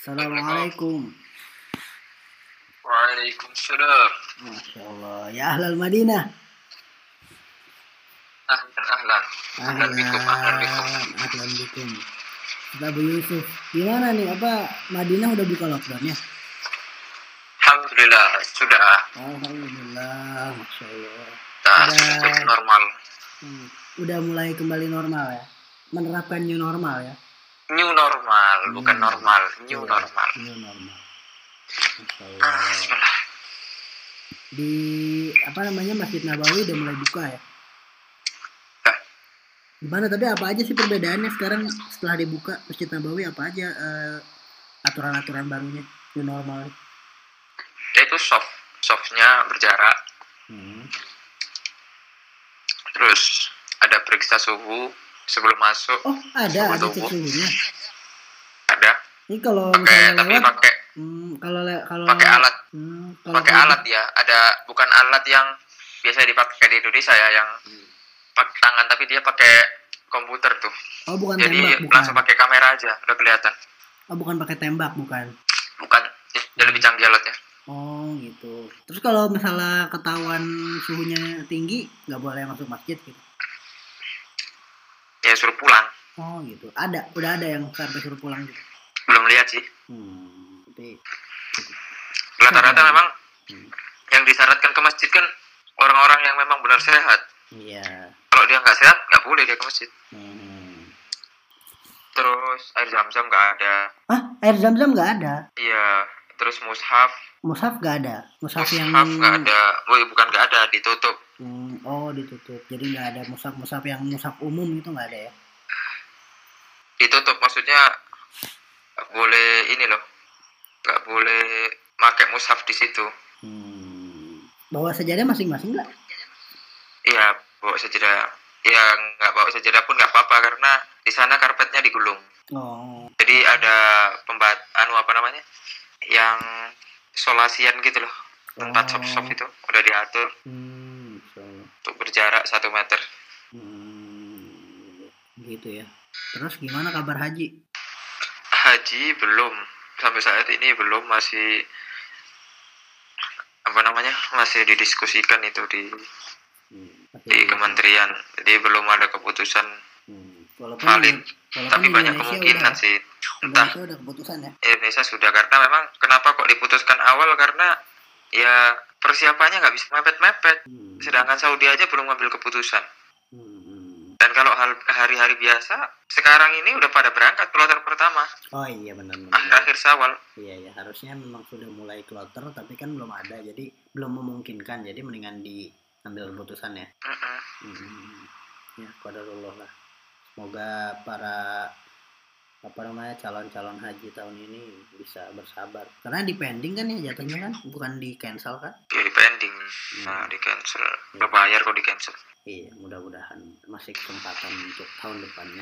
Assalamualaikum. Waalaikumsalam. Masya Allah. Ya ahlal Madinah. Ahlan. Ahlan bikum. Ahlan bikum. Abu Yusuf, gimana nih? Apa Madinah udah buka lockdown ya? Alhamdulillah sudah. Alhamdulillah, Masya Allah. Sudah normal. Udah mulai kembali normal ya? Menerapkan new normal ya? New normal, bukan normal. New normal. New normal. Masya Allah. Di Masjid Nabawi udah mulai buka ya? Gimana, tapi apa aja sih perbedaannya sekarang setelah dibuka Masjid Nabawi? Apa aja aturan-aturan barunya new normal? Itu softnya berjarak. Terus ada periksa suhu sebelum masuk. Oh, ada cek suhunya. Ada. Ini kalau pakai alat. Pakai alat ya. Ada bukan alat yang biasa dipakai di Indonesia ya, yang pakai tangan, tapi dia pakai komputer tuh. Oh, bukan jadi tembak, bukan. Langsung pakai kamera aja, udah kelihatan. Oh, bukan pakai tembak, bukan. Bukan, dia lebih canggih alatnya. Oh, gitu. Terus kalau misalnya ketahuan suhunya tinggi, nggak boleh masuk masjid gitu? Ya suruh pulang. Oh, gitu. Udah ada yang sampai suruh pulang gitu? Belum lihat sih. Tapi rata-rata memang yang disyaratkan ke masjid kan orang-orang yang memang benar sehat. Iya. Kalau dia nggak sehat, nggak boleh dia ke masjid. Terus air zam-zam nggak ada. Hah? Air zam-zam nggak ada? Iya. Terus mushaf nggak ada. Mushaf yang nggak ada. Bukan nggak ada, ditutup. Oh, ditutup. Jadi nggak ada mushaf yang mushaf umum itu nggak ada ya? Ditutup, maksudnya nggak boleh ini loh. Nggak boleh pakai mushaf di situ. Bawa sajadah masing-masing nggak? Iya, bawa sajadah. Ya nggak bawa sajadah pun nggak apa-apa karena di sana karpetnya digulung. Oh. Jadi ada yang solasian gitu loh. Tempat soft itu udah diatur untuk berjarak 1 meter. Gitu ya. Terus gimana kabar haji? Haji belum, sampai saat ini belum, masih masih didiskusikan itu di kementerian. Jadi belum ada keputusan valid. Tapi banyak kemungkinan sih. Entah Indonesia udah keputusan ya? Indonesia sudah, karena memang kenapa kok diputuskan awal, karena ya persiapannya nggak bisa mepet-mepet. Sedangkan Saudi aja belum ngambil keputusan. Dan kalau hari-hari biasa sekarang ini udah pada berangkat kloter pertama. Oh iya, benar. Akhir Syawal. Iya, harusnya memang sudah mulai kloter, tapi kan belum ada, jadi belum memungkinkan. Jadi mendingan diambil keputusan ya. Ya, qadarullah lah. Semoga para calon haji tahun ini bisa bersabar. Karena di pending kan ya jatuhnya kan, bukan di cancel kan? Iya, di pending. Di cancel. Berbayar kok di cancel. Iya, mudah-mudahan masih kesempatan untuk tahun depannya.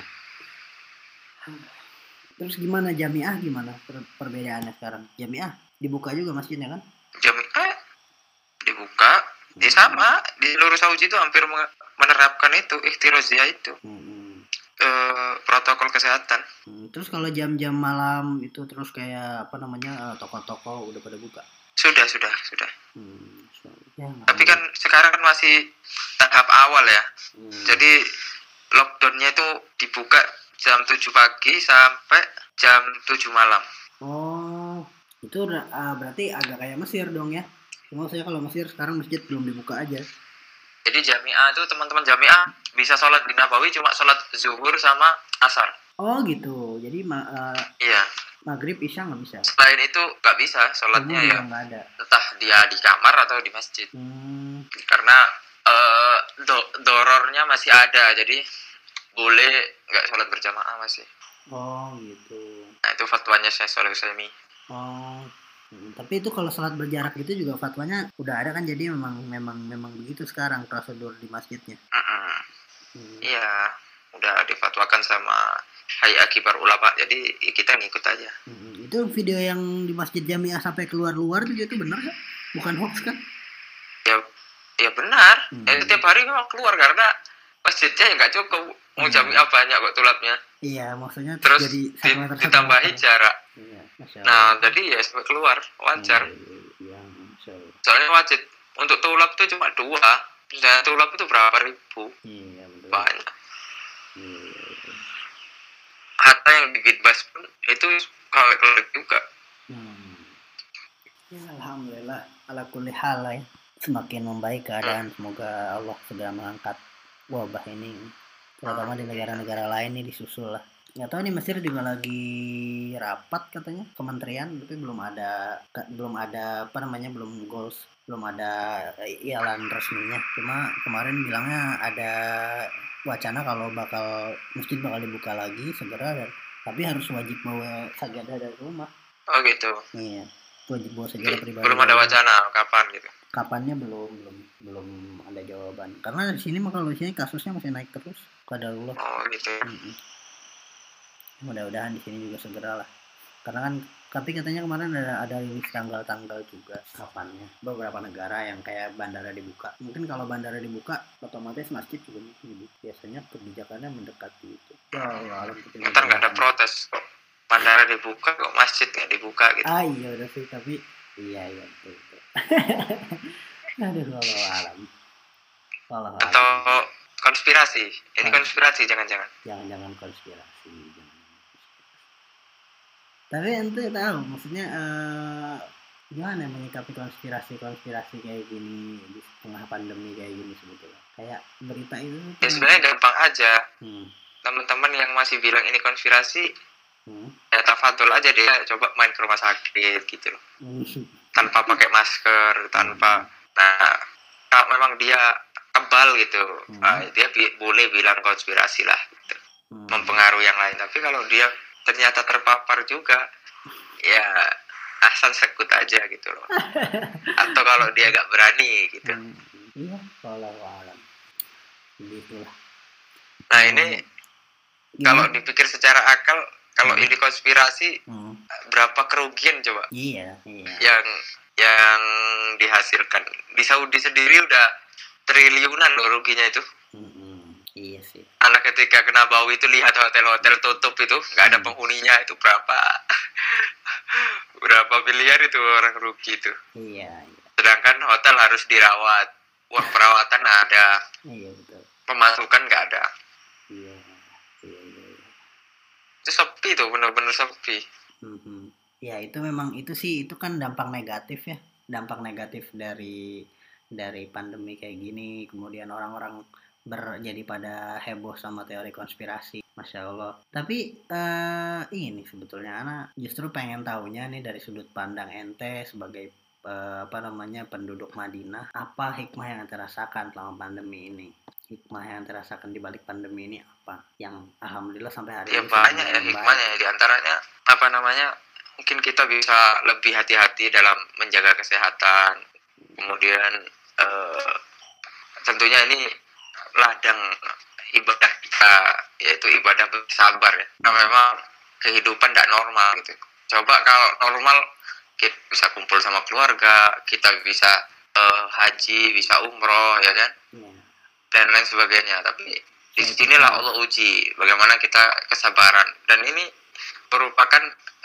Terus gimana Jamiah, gimana perbedaannya sekarang? Jamiah dibuka juga masjidnya kan? Jamiah dibuka. Sama di seluruh Saudi itu hampir menerapkan itu ikhtiroziyah itu. Protokol kesehatan. Terus kalau jam-jam malam itu terus kayak toko-toko udah pada buka? Sudah. Ya, tapi kan sekarang kan masih tahap awal ya. Jadi lockdownnya itu dibuka jam 7 pagi sampai jam 7 malam. Oh, itu berarti agak kayak Mesir dong ya? Cuma saya kalau Mesir sekarang masjid belum dibuka aja. Jadi Jamiah itu teman-teman Jamiah bisa sholat di Nabawi cuma sholat zuhur sama asar. Oh gitu. Jadi iya. Maghrib Isya nggak bisa. Selain itu nggak bisa sholatnya ya. Ada. Entah dia di kamar atau di masjid. Karena dorornya masih ada, jadi boleh nggak sholat berjamaah masih. Oh gitu. Nah itu fatwanya Syekh Shalih Utsaimin. Oh. Tapi itu kalau sholat berjarak itu juga fatwanya udah ada kan, jadi memang begitu sekarang prosedur di masjidnya. Iya, udah difatwakan sama Hay'a Kibar Ulama, jadi kita ngikut aja. Itu video yang di Masjid Jamiah sampai keluar itu benar kan? Bukan hoax kan? Ya benar. Setiap hari memang keluar karena masjidnya nggak cukup. Jamiah banyak kok tulapnya. Iya, maksudnya Terus jadi ditambahi jarak. Iya, nah jadi ya sampai keluar wajar. Iya, soalnya wajib untuk tulap tuh cuma 2, dan tulap itu berapa ribu. Iya, betul. Banyak. Iya. Hatta yang bibit bas pun itu kalau juga. Ya, alhamdulillah ala kulli hal ya. Semakin membaik keadaan, semoga Allah segera mengangkat wabah ini, terutama di negara-negara lain nih disusul lah. Nggak tahu nih, Mesir juga lagi rapat katanya kementerian, tapi belum ada apa namanya, belum goals, belum ada ialan resminya. Cuma kemarin bilangnya ada wacana kalau masjid bakal dibuka lagi segera, tapi harus wajib bawa sajadah dari rumah. Oh gitu. Iya, wajib bawa sajadah pribadi. Belum ada wacana kapan gitu. Kapannya belum ada jawaban, karena di sini kalau di sini kasusnya masih naik terus. Qadarullah. Oh gitu. Mudah-mudahan di sini juga segera lah, karena kan tapi katanya kemarin ada rilis tanggal-tanggal juga kapannya. Beberapa negara yang kayak bandara dibuka, mungkin kalau bandara dibuka otomatis masjid juga dibuka. Biasanya kebijakannya mendekati itu. Ya Allah, ntar nggak ada protes kok bandara dibuka kok masjid nggak dibuka gitu. Iya udah sih, tapi iya betul. Aduh, wallahualam. Atau konspirasi. Ini konspirasi, jangan-jangan konspirasi. Tapi ente tahu maksudnya gimana menyikapi konspirasi kayak gini di tengah pandemi kayak gini sebetulnya? Kayak berita itu ya sebenarnya gampang aja. Teman-teman yang masih bilang ini konspirasi, ya tafadhol aja dia coba main ke rumah sakit gitu loh. Tanpa pakai masker, tanpa kalau memang dia kebal gitu, dia boleh bilang konspirasi lah gitu. Mempengaruhi yang lain. Tapi kalau dia ternyata terpapar juga, ya asal sekut aja gitu loh. Atau kalau dia gak berani gitu. Iya, wallahualam. Begitulah. Nah ini kalau dipikir secara akal, kalau ini konspirasi, berapa kerugian coba? Iya. Yang dihasilkan di Saudi sendiri udah triliunan loh ruginya itu. Iya sih. Anak ketika kena bau itu lihat hotel-hotel tutup itu nggak ada penghuninya, itu berapa miliar itu orang rugi itu. Iya. Sedangkan hotel harus dirawat, uang perawatan ada. Iya betul. Pemasukan nggak ada. Iya. Itu sepi tuh, benar-benar sepi. Ya itu memang itu kan dampak negatif ya, dari pandemi kayak gini. Kemudian orang-orang jadi pada heboh sama teori konspirasi, masya Allah. Tapi ini sebetulnya Ana justru pengen tahunya nih dari sudut pandang ente sebagai penduduk Madinah, apa hikmah yang ente rasakan selama pandemi ini? Hikmah yang terasakan di balik pandemi ini apa? Yang alhamdulillah sampai hari ini banyak ya hikmahnya. Di antaranya mungkin kita bisa lebih hati-hati dalam menjaga kesehatan. Kemudian tentunya ini ladang ibadah kita, yaitu ibadah bersabar ya. Nah, memang kehidupan tidak normal gitu. Coba kalau normal kita bisa kumpul sama keluarga, kita bisa haji, bisa umroh ya kan, dan lain sebagainya. Tapi di sinilah Allah uji bagaimana kita kesabaran, dan ini merupakan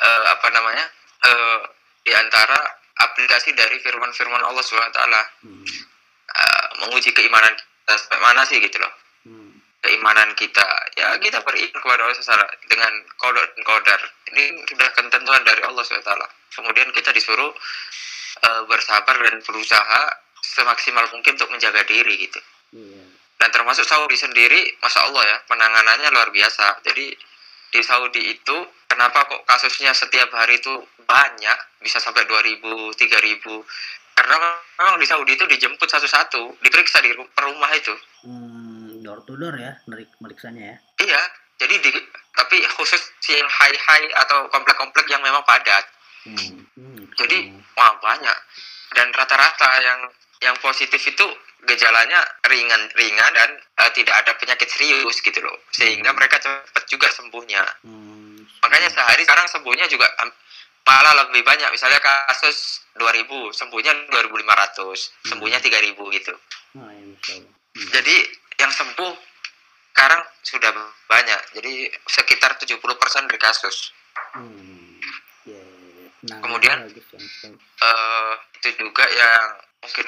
di antara aplikasi dari firman Allah SWT, menguji keimanan kita sampai mana sih gitu loh. Keimanan kita, ya kita beriman kepada Allah SWT dengan qada dan qadar. Ini sudah ketentuan dari Allah SWT. Kemudian kita disuruh bersabar dan berusaha semaksimal mungkin untuk menjaga diri gitu. Dan termasuk Saudi sendiri, masya Allah ya, penanganannya luar biasa. Jadi di Saudi itu kenapa kok kasusnya setiap hari itu banyak, bisa sampai 2.000, 3.000? Karena memang di Saudi itu dijemput satu-satu, diperiksa di rumah itu. Door to door ya, meriksanya ya. Iya, jadi tapi khusus yang high atau komplek-komplek yang memang padat. Jadi banyak. Dan rata-rata yang positif itu gejalanya ringan dan tidak ada penyakit serius gitu loh, sehingga mereka cepat juga sembuhnya. Makanya sehari sekarang sembuhnya juga malah lebih banyak. Misalnya kasus 2.000, sembuhnya 2.500, sembuhnya 3.000 gitu. Jadi yang sembuh sekarang sudah banyak. Jadi sekitar 70% dari kasus. Nah, kemudian itu juga yang mungkin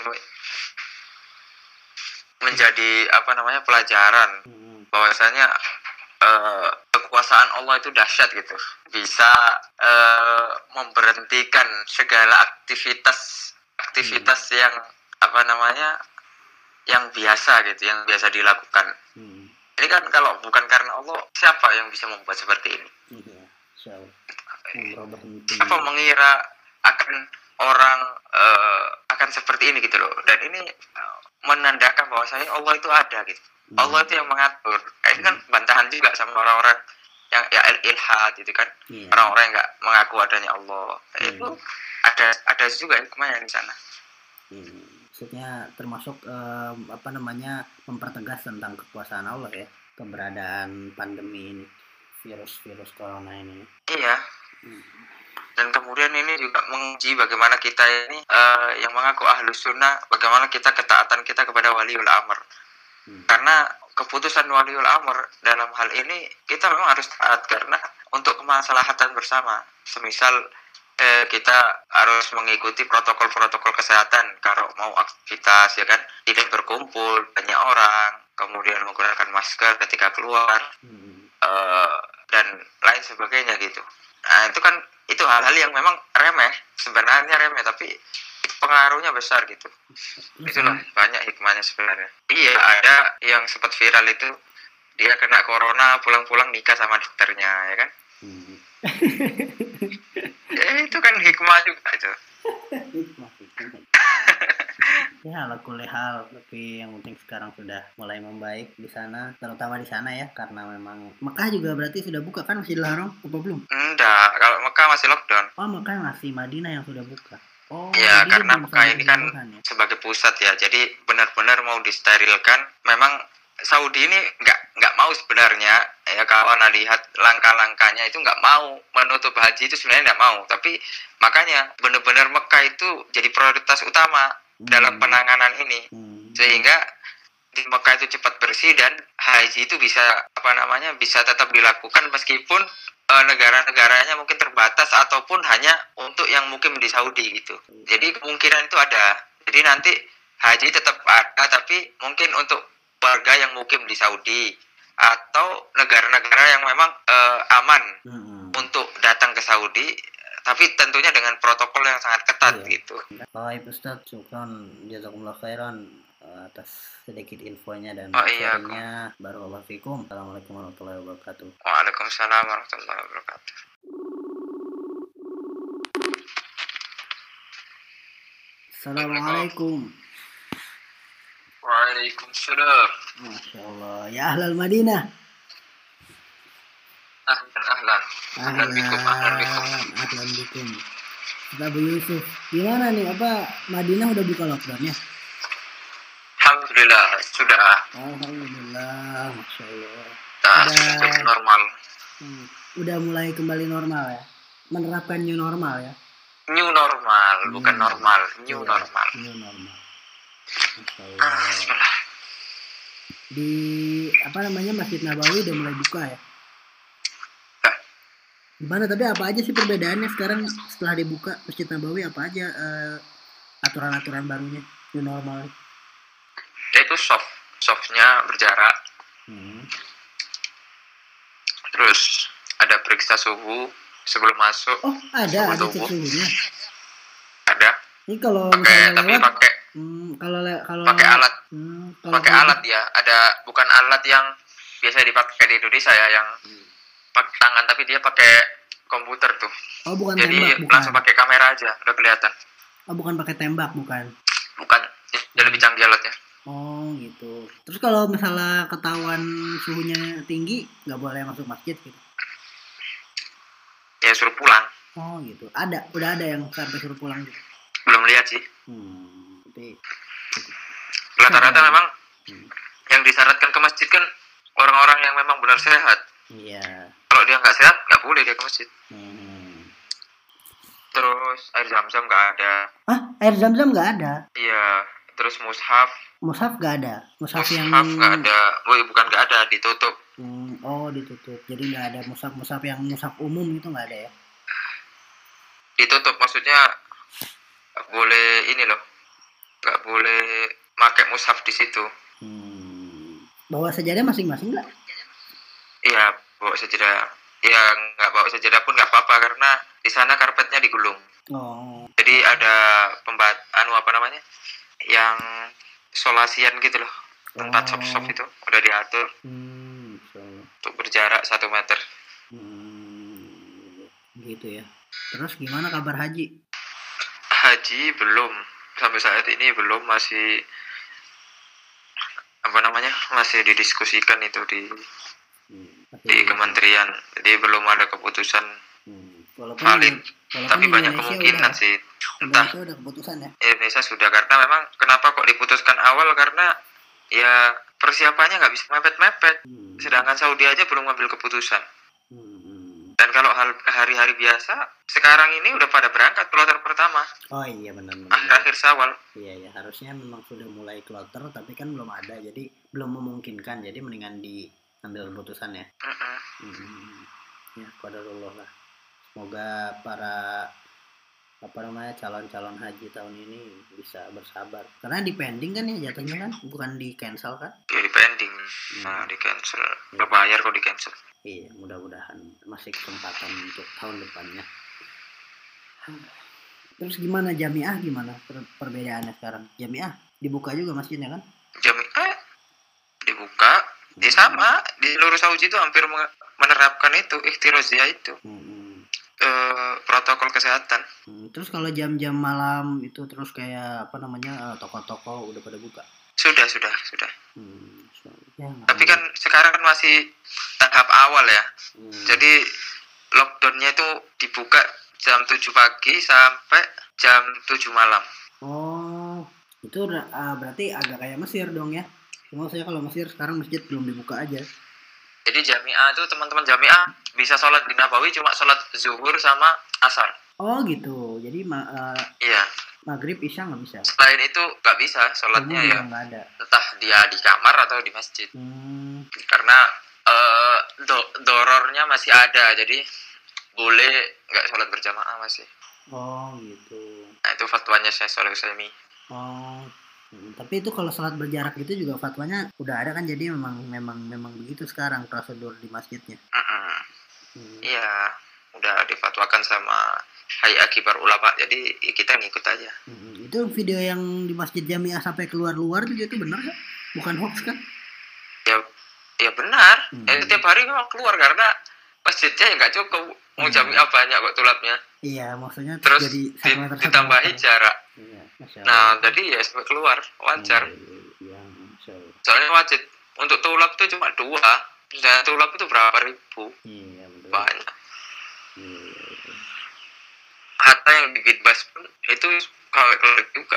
menjadi pelajaran bahwasanya kekuasaan Allah itu dahsyat gitu, bisa memberhentikan segala aktivitas yang yang biasa gitu, yang biasa dilakukan. Ini kan kalau bukan karena Allah, siapa yang bisa membuat seperti ini? Apa mengira akan orang akan seperti ini gitu loh. Dan ini menandakan bahwasanya Allah itu ada gitu. Allah itu yang mengatur. Ini kan bantahan juga sama orang-orang yang ya ilhad gitu kan. Orang-orang yang nggak mengaku adanya Allah. Itu ada juga hikmahnya di sana. Maksudnya termasuk mempertegas tentang kekuasaan Allah ya, keberadaan pandemi ini, virus corona ini. Iya. Dan kemudian ini juga menguji bagaimana kita ini yang mengaku ahlus sunnah, bagaimana ketaatan kita kepada waliul amr. Karena keputusan waliul amr dalam hal ini kita memang harus taat, karena untuk kemaslahatan bersama. Semisal kita harus mengikuti protokol kesehatan kalau mau aktivitas, ya kan, tidak berkumpul banyak orang, kemudian menggunakan masker ketika keluar, dan lain sebagainya gitu. Nah itu hal-hal yang memang sebenarnya remeh, tapi pengaruhnya besar gitu. Itulah banyak hikmahnya sebenarnya. Iya, ada yang sempat viral itu, dia kena corona, pulang-pulang nikah sama dokternya, ya kan. Itu kan hikmah juga itu. Ya, ala kulli hal, tapi yang penting sekarang sudah mulai membaik di sana, terutama di sana ya, karena memang Mekah juga berarti sudah buka kan, Masjidil Haram apa belum? Enggak, kalau Mekah masih lockdown. Oh, Mekah masih, Madinah yang sudah buka. Oh, ya, karena Mekah ini kan sebagai pusat ya, jadi benar-benar mau disterilkan. Memang Saudi ini nggak mau sebenarnya ya, kalau Anda lihat langkah-langkahnya itu nggak mau menutup haji, itu sebenarnya nggak mau, tapi makanya benar-benar Mekah itu jadi prioritas utama dalam penanganan ini, sehingga di Mekah itu cepat bersih dan haji itu bisa bisa tetap dilakukan meskipun negara-negaranya mungkin terbatas ataupun hanya untuk yang mukim di Saudi gitu. Jadi kemungkinan itu ada. Jadi nanti haji tetap ada, tapi mungkin untuk warga yang mukim di Saudi atau negara-negara yang memang aman untuk datang ke Saudi, tapi tentunya dengan protokol yang sangat ketat gitu. Baik Ustaz, syukran, jazakumullah khairan atas sedikit infonya dan sharingnya. Barakallahu fikum. Assalamualaikum warahmatullahi wabarakatuh. Waalaikumsalam warahmatullahi wabarakatuh. Assalamualaikum. Waalaikumsalam. Masya Allah. Ya ahlal Madinah. Ahlan bikum. Abu Yusuf, gimana nih, Madinah udah buka lockdownnya? Alhamdulillah sudah. Alhamdulillah, Masya Allah. Sudah normal. Udah mulai kembali normal ya? Menerapkan new normal ya? New normal, bukan normal. New normal. Masya Allah. Di Masjid Nabawi udah mulai buka ya? Gimana, tapi apa aja sih perbedaannya sekarang setelah dibuka Masjid Nabawi, apa aja aturan-aturan barunya, new normal? Itu softnya berjarak. Terus ada periksa suhu sebelum masuk. Oh, ada cek suhunya. Ada. Ini kalau pakai alat. Pakai alat ya. Ada, bukan alat yang biasa dipakai di Indonesia ya, yang pakai tangan, tapi dia pakai komputer tuh. Oh, bukan jadi tembak, bukan. Langsung pakai kamera aja, udah kelihatan. Oh, bukan pakai tembak, bukan. Bukan, dia lebih canggih alatnya. Oh, gitu. Terus kalau misalnya ketahuan suhunya tinggi, nggak boleh masuk masjid gitu? Ya suruh pulang. Oh, gitu. Udah ada yang sampai suruh pulang gitu? Belum lihat sih. Tapi rata-rata memang yang disyaratkan ke masjid kan orang-orang yang memang benar sehat. Iya. Kalau dia nggak sehat, nggak boleh dia ke masjid. Terus air zam-zam nggak ada. Hah? Air zam-zam nggak ada? Iya, terus mushaf. Mushaf gak ada. Mushaf yang Nggak ada. Bukan nggak ada, ditutup. Oh, ditutup. Jadi nggak ada mushaf yang mushaf umum itu nggak ada ya? Ditutup, maksudnya nggak boleh ini loh, nggak boleh pakai mushaf di situ. Bawa sajadah masing-masing nggak? Iya, bawa sajadah. Ya nggak bawa sajadah pun nggak apa-apa karena di sana karpetnya digulung. Oh. Jadi ada apa namanya, yang solasian gitu loh, tempat sop itu udah diatur untuk berjarak 1 meter. Gitu ya. Terus gimana kabar haji? Haji belum, sampai saat ini belum, masih apa namanya, masih didiskusikan itu di kementerian, jadi belum ada keputusan valid. Tapi banyak kemungkinan sih, entah. Udah keputusan ya? Indonesia sudah, karena memang kenapa kok diputuskan awal, karena ya persiapannya nggak bisa mepet-mepet. Sedangkan Saudi aja belum ngambil keputusan. Dan kalau hari-hari biasa sekarang ini udah pada berangkat kloter pertama. Oh iya, benar. Akhir Syawal. Iya, harusnya memang sudah mulai kloter tapi kan belum ada, jadi belum memungkinkan, jadi mendingan diambil keputusan ya. Ya, qadarullah lah. Semoga para calon-calon haji tahun ini bisa bersabar, karena dipending kan ya jatuhnya kan, bukan di cancel kan? Ya dipending, di cancel, nggak bayar kok di cancel. Iya, mudah-mudahan masih kesempatan untuk tahun depannya. Terus gimana jamiah, gimana perbedaannya sekarang? Jamiah dibuka juga masjidnya kan? Jamiah dibuka, ya sama di seluruh Saudi itu hampir menerapkan itu ikhtiroziyah itu. Protokol kesehatan. Terus kalau jam-jam malam itu terus kayak apa namanya, toko-toko udah pada buka? Sudah. Ya, tapi kan sekarang kan masih tahap awal ya. Jadi lockdownnya itu dibuka jam 7 pagi sampai jam 7 malam. Oh, itu berarti agak kayak Mesir dong ya? Cuma saya kalau Mesir sekarang masjid belum dibuka aja. Jadi jamiah itu teman-teman jamiah bisa sholat di Nabawi cuma sholat zuhur sama asar. Oh gitu, jadi iya. Maghrib isya nggak bisa? Selain itu nggak bisa sholatnya ya. Ada. Entah dia di kamar atau di masjid. Karena dorornya masih ada, jadi boleh nggak sholat berjamaah masih. Oh gitu. Nah itu fatwanya Syekh Shalih Utsaimin. Oh. Tapi itu kalau sholat berjarak itu juga fatwanya udah ada kan, jadi memang begitu sekarang prosedur di masjidnya. Iya, udah difatwakan sama Hayat Kibar Ulama, jadi kita ngikut aja. Itu video yang di Masjid Jamiah sampai keluar-luar juga itu benar kan? Bukan hoax kan? Ya benar. Setiap hari memang keluar karena masjidnya nggak cukup. Mau jamiah banyak kok tulapnya. Iya, maksudnya terus meter. ditambahi jarak. Iya, nah, jadi ya sampai keluar wajar. Iya, soalnya wajib untuk tulap itu cuma 2. Dan tulap itu berapa ribu? Iya, betul. Banyak. Hatta yang di Bitbas pun itu kawet juga.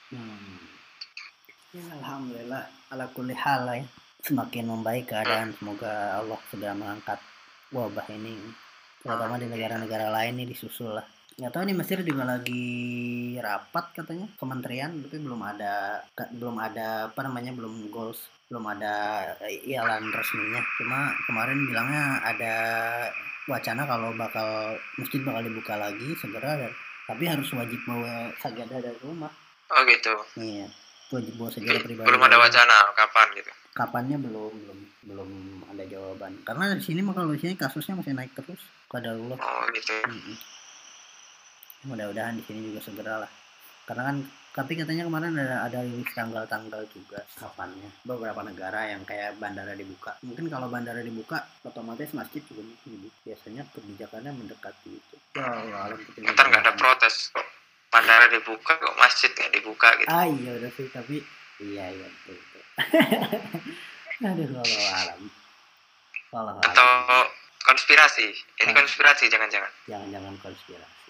Ya, alhamdulillah ala kulli hal ya. Semakin membaik keadaan, semoga Allah sudah mengangkat wabah ini, terutama di negara-negara lain nih disusul lah. Nggak tahu nih, Mesir juga lagi rapat katanya kementerian, tapi belum ada apa namanya, belum goals, belum ada ialan resminya. Cuma kemarin bilangnya ada wacana kalau masjid bakal dibuka lagi segera, tapi harus wajib bawa sajadah dari rumah. Oh gitu. Iya, wajib bawa sajadah pribadi. Belum ada wacana kapan gitu. Kapannya belum ada jawaban. Karena di sini kalau di sini kasusnya masih naik terus. Qadarullah. Oh gitu. Mudah-mudahan di sini juga segera lah. Karena kan, tapi katanya kemarin ada rilis tanggal-tanggal juga kapannya. Beberapa negara yang kayak bandara dibuka. Mungkin kalau bandara dibuka, otomatis masjid juga dibuka. Biasanya kebijakannya mendekati itu. Ntar nggak ada protes kok. Bandara dibuka kok masjid nggak dibuka gitu. Iya udah sih, tapi iya betul. Aduh, wallahualam. Atau konspirasi. Ini konspirasi, jangan-jangan. Jangan konspirasi.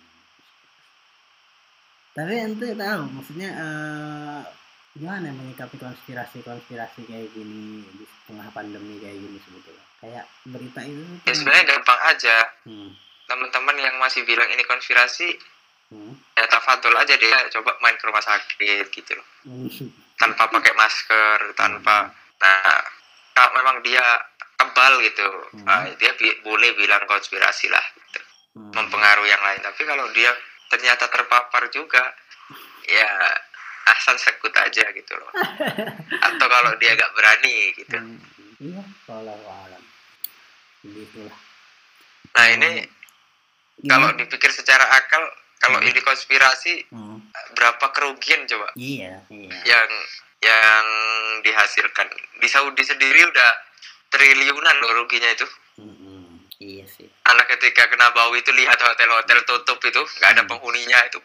Tapi ente tahu maksudnya gimana menyikapi konspirasi kayak gini di tengah pandemi kayak gini sebetulnya? Kayak berita itu ya sebenarnya gampang aja. Teman-teman yang masih bilang ini konspirasi, ya tafadhol aja dia coba main ke rumah sakit gitu loh. Tanpa pakai masker, tanpa kalau memang dia kebal gitu, dia boleh bilang konspirasi lah gitu. Mempengaruhi yang lain. Tapi kalau dia ternyata terpapar juga, ya asal sekut aja gitu loh. Atau kalau dia gak berani gitu. Iya, walau alam. Begitulah. Nah ini kalau dipikir secara akal, kalau ini konspirasi, berapa kerugian coba? Iya. Yang dihasilkan di Saudi sendiri udah triliunan loh ruginya itu. Iya sih. Anak ketika kena bau itu lihat hotel-hotel tutup itu nggak ada penghuninya, itu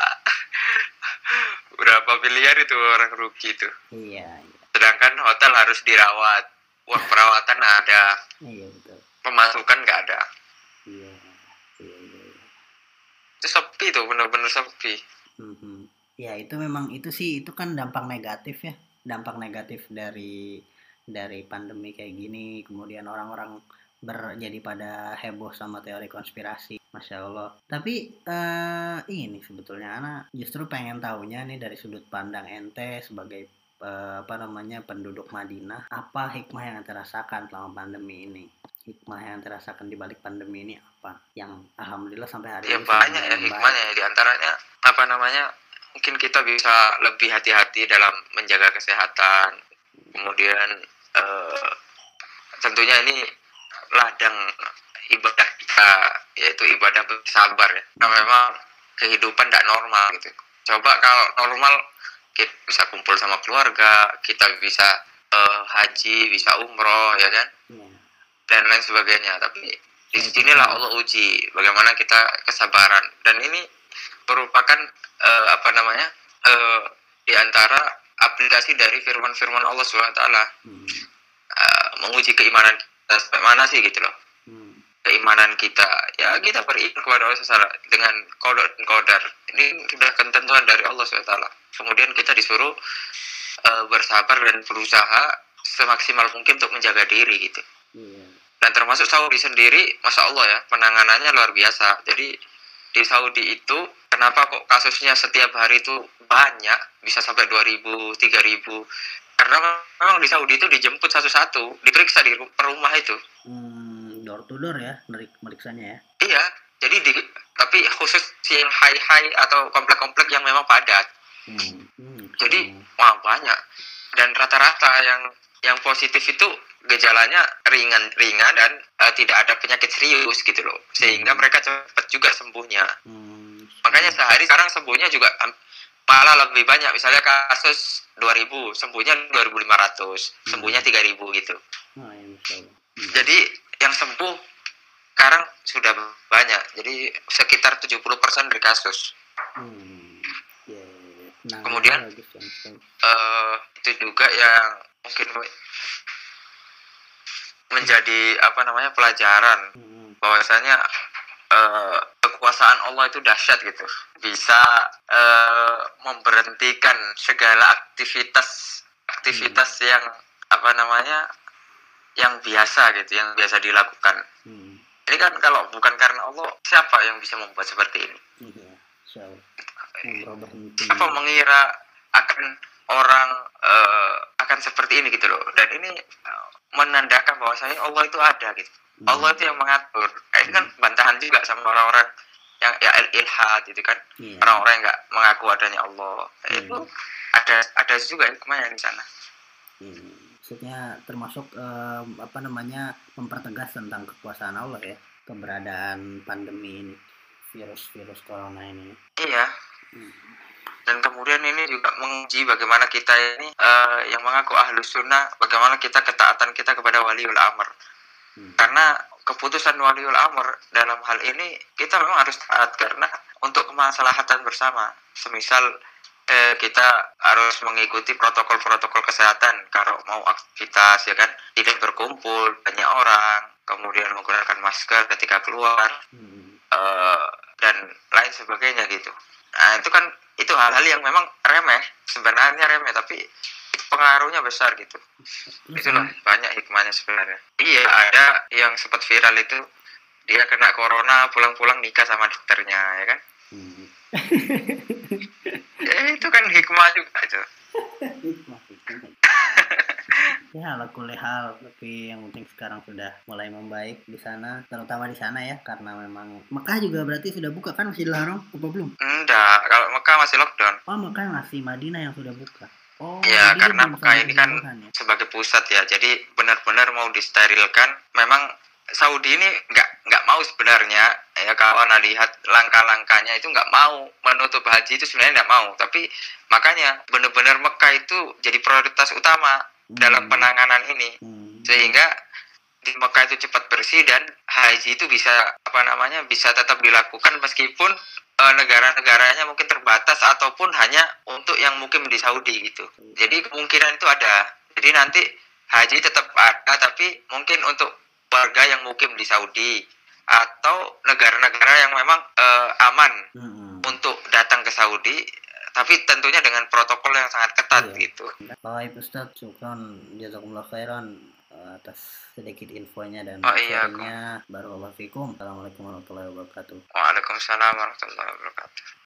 berapa miliar itu orang rugi itu. Iya. Sedangkan hotel harus dirawat, uang perawatan ada. Iya betul. Pemasukan nggak ada. Iya. Itu sepi tuh, benar-benar sepi. Ya itu memang itu kan dampak negatif ya, dampak negatif dari pandemi kayak gini. Kemudian orang-orang jadi pada heboh sama teori konspirasi, masya Allah. Tapi ini sebetulnya anak justru pengen tahunya nih dari sudut pandang ente sebagai penduduk Madinah, apa hikmah yang ente rasakan selama pandemi ini? Hikmah yang terasakan di balik pandemi ini apa? Yang alhamdulillah sampai hari ini banyak ya hikmahnya. Di antaranya mungkin kita bisa lebih hati-hati dalam menjaga kesehatan. Kemudian tentunya ini ladang ibadah kita, yaitu ibadah bersabar ya. Karena memang kehidupan tidak normal gitu. Coba kalau normal kita bisa kumpul sama keluarga, kita bisa haji, bisa umroh ya kan, dan lain sebagainya. Tapi di sinilah Allah uji bagaimana kita kesabaran, dan ini merupakan di antara aplikasi dari firman Allah SWT, menguji keimanan kita sampai mana sih gitu loh. Keimanan kita, ya kita beriman kepada Allah SWT dengan qadar. Ini sudah ketentuan dari Allah SWT. Kemudian kita disuruh bersabar dan berusaha semaksimal mungkin untuk menjaga diri gitu. Dan termasuk Saudi sendiri, masya Allah ya, penanganannya luar biasa. Jadi di Saudi itu kenapa kok kasusnya setiap hari itu banyak, bisa sampai 2.000, 3.000? Karena memang di Saudi itu dijemput satu-satu, diperiksa di rumah itu. Door to door ya, meriksanya ya? Iya, jadi tapi khusus yang high atau komplek-komplek yang memang padat. Jadi banyak. Dan rata-rata yang positif itu gejalanya ringan dan tidak ada penyakit serius gitu loh, sehingga mereka cepat juga sembuhnya. Makanya sehari sekarang sembuhnya juga malah lebih banyak. Misalnya kasus 2.000, sembuhnya 2.500, sembuhnya 3.000 gitu. Jadi yang sembuh sekarang sudah banyak, jadi sekitar 70% dari kasus. Kemudian itu juga yang mungkin menjadi pelajaran bahwasanya kekuasaan Allah itu dahsyat gitu, bisa memberhentikan segala aktivitas yang yang biasa gitu, yang biasa dilakukan. Ini kan kalau bukan karena Allah, siapa yang bisa membuat seperti ini? Apa mengira akan orang akan seperti ini gitu loh. Dan ini menandakan bahwasanya Allah itu ada gitu. Allah itu yang mengatur. Ini kan bantahan juga sama orang-orang yang ilhad gitu kan. Orang-orang yang nggak mengaku adanya Allah. Itu ada juga hikmahnya di sana. Maksudnya termasuk mempertegas tentang kekuasaan Allah ya, keberadaan pandemi ini, virus corona ini. Iya. Dan kemudian ini juga menguji bagaimana kita ini yang mengaku ahlus sunnah, bagaimana ketaatan kita kepada waliul amr. Karena keputusan waliul amr dalam hal ini kita memang harus taat, karena untuk kemaslahatan bersama. Semisal kita harus mengikuti protokol-protokol kesehatan kalau mau aktivitas ya kan, tidak berkumpul banyak orang, kemudian menggunakan masker ketika keluar, dan lain sebagainya gitu. Nah itu hal-hal yang memang sebenarnya remeh, tapi pengaruhnya besar gitu. Itu loh banyak hikmahnya sebenarnya. Iya, ada yang sempat viral itu, dia kena corona pulang-pulang nikah sama dokternya ya kan. Ya itu kan hikmah juga itu. Ya ala kulli hal, tapi yang penting sekarang sudah mulai membaik di sana, terutama di sana ya, karena memang Mekah juga berarti sudah buka kan, masih dilarang apa belum? Enggak, kalau Mekah masih lockdown. Oh, Mekah masih, Madinah yang sudah buka. Oh, Ya, jadi dia karena belum Mekah sampai ini kan penjarahan ya? sebagai pusat ya, jadi benar-benar mau disterilkan. Memang Saudi ini nggak mau sebenarnya, ya kalau Anda lihat langkah-langkahnya itu nggak mau menutup haji itu sebenarnya nggak mau, tapi makanya benar-benar Mekah itu jadi prioritas utama dalam penanganan ini, sehingga di Mekah itu cepat bersih dan haji itu bisa bisa tetap dilakukan meskipun negara-negaranya mungkin terbatas ataupun hanya untuk yang mukim di Saudi gitu. Jadi kemungkinan itu ada. Jadi nanti haji tetap ada, tapi mungkin untuk warga yang mukim di Saudi atau negara-negara yang memang aman untuk datang ke Saudi, tapi tentunya dengan protokol yang sangat ketat gitu. Baik Ustadz, syukran, jazakumullah khairan atas sedikit infonya dan iya, sharingnya. Barakallahu fikum. Assalamualaikum warahmatullahi wabarakatuh. Waalaikumsalam warahmatullahi wabarakatuh.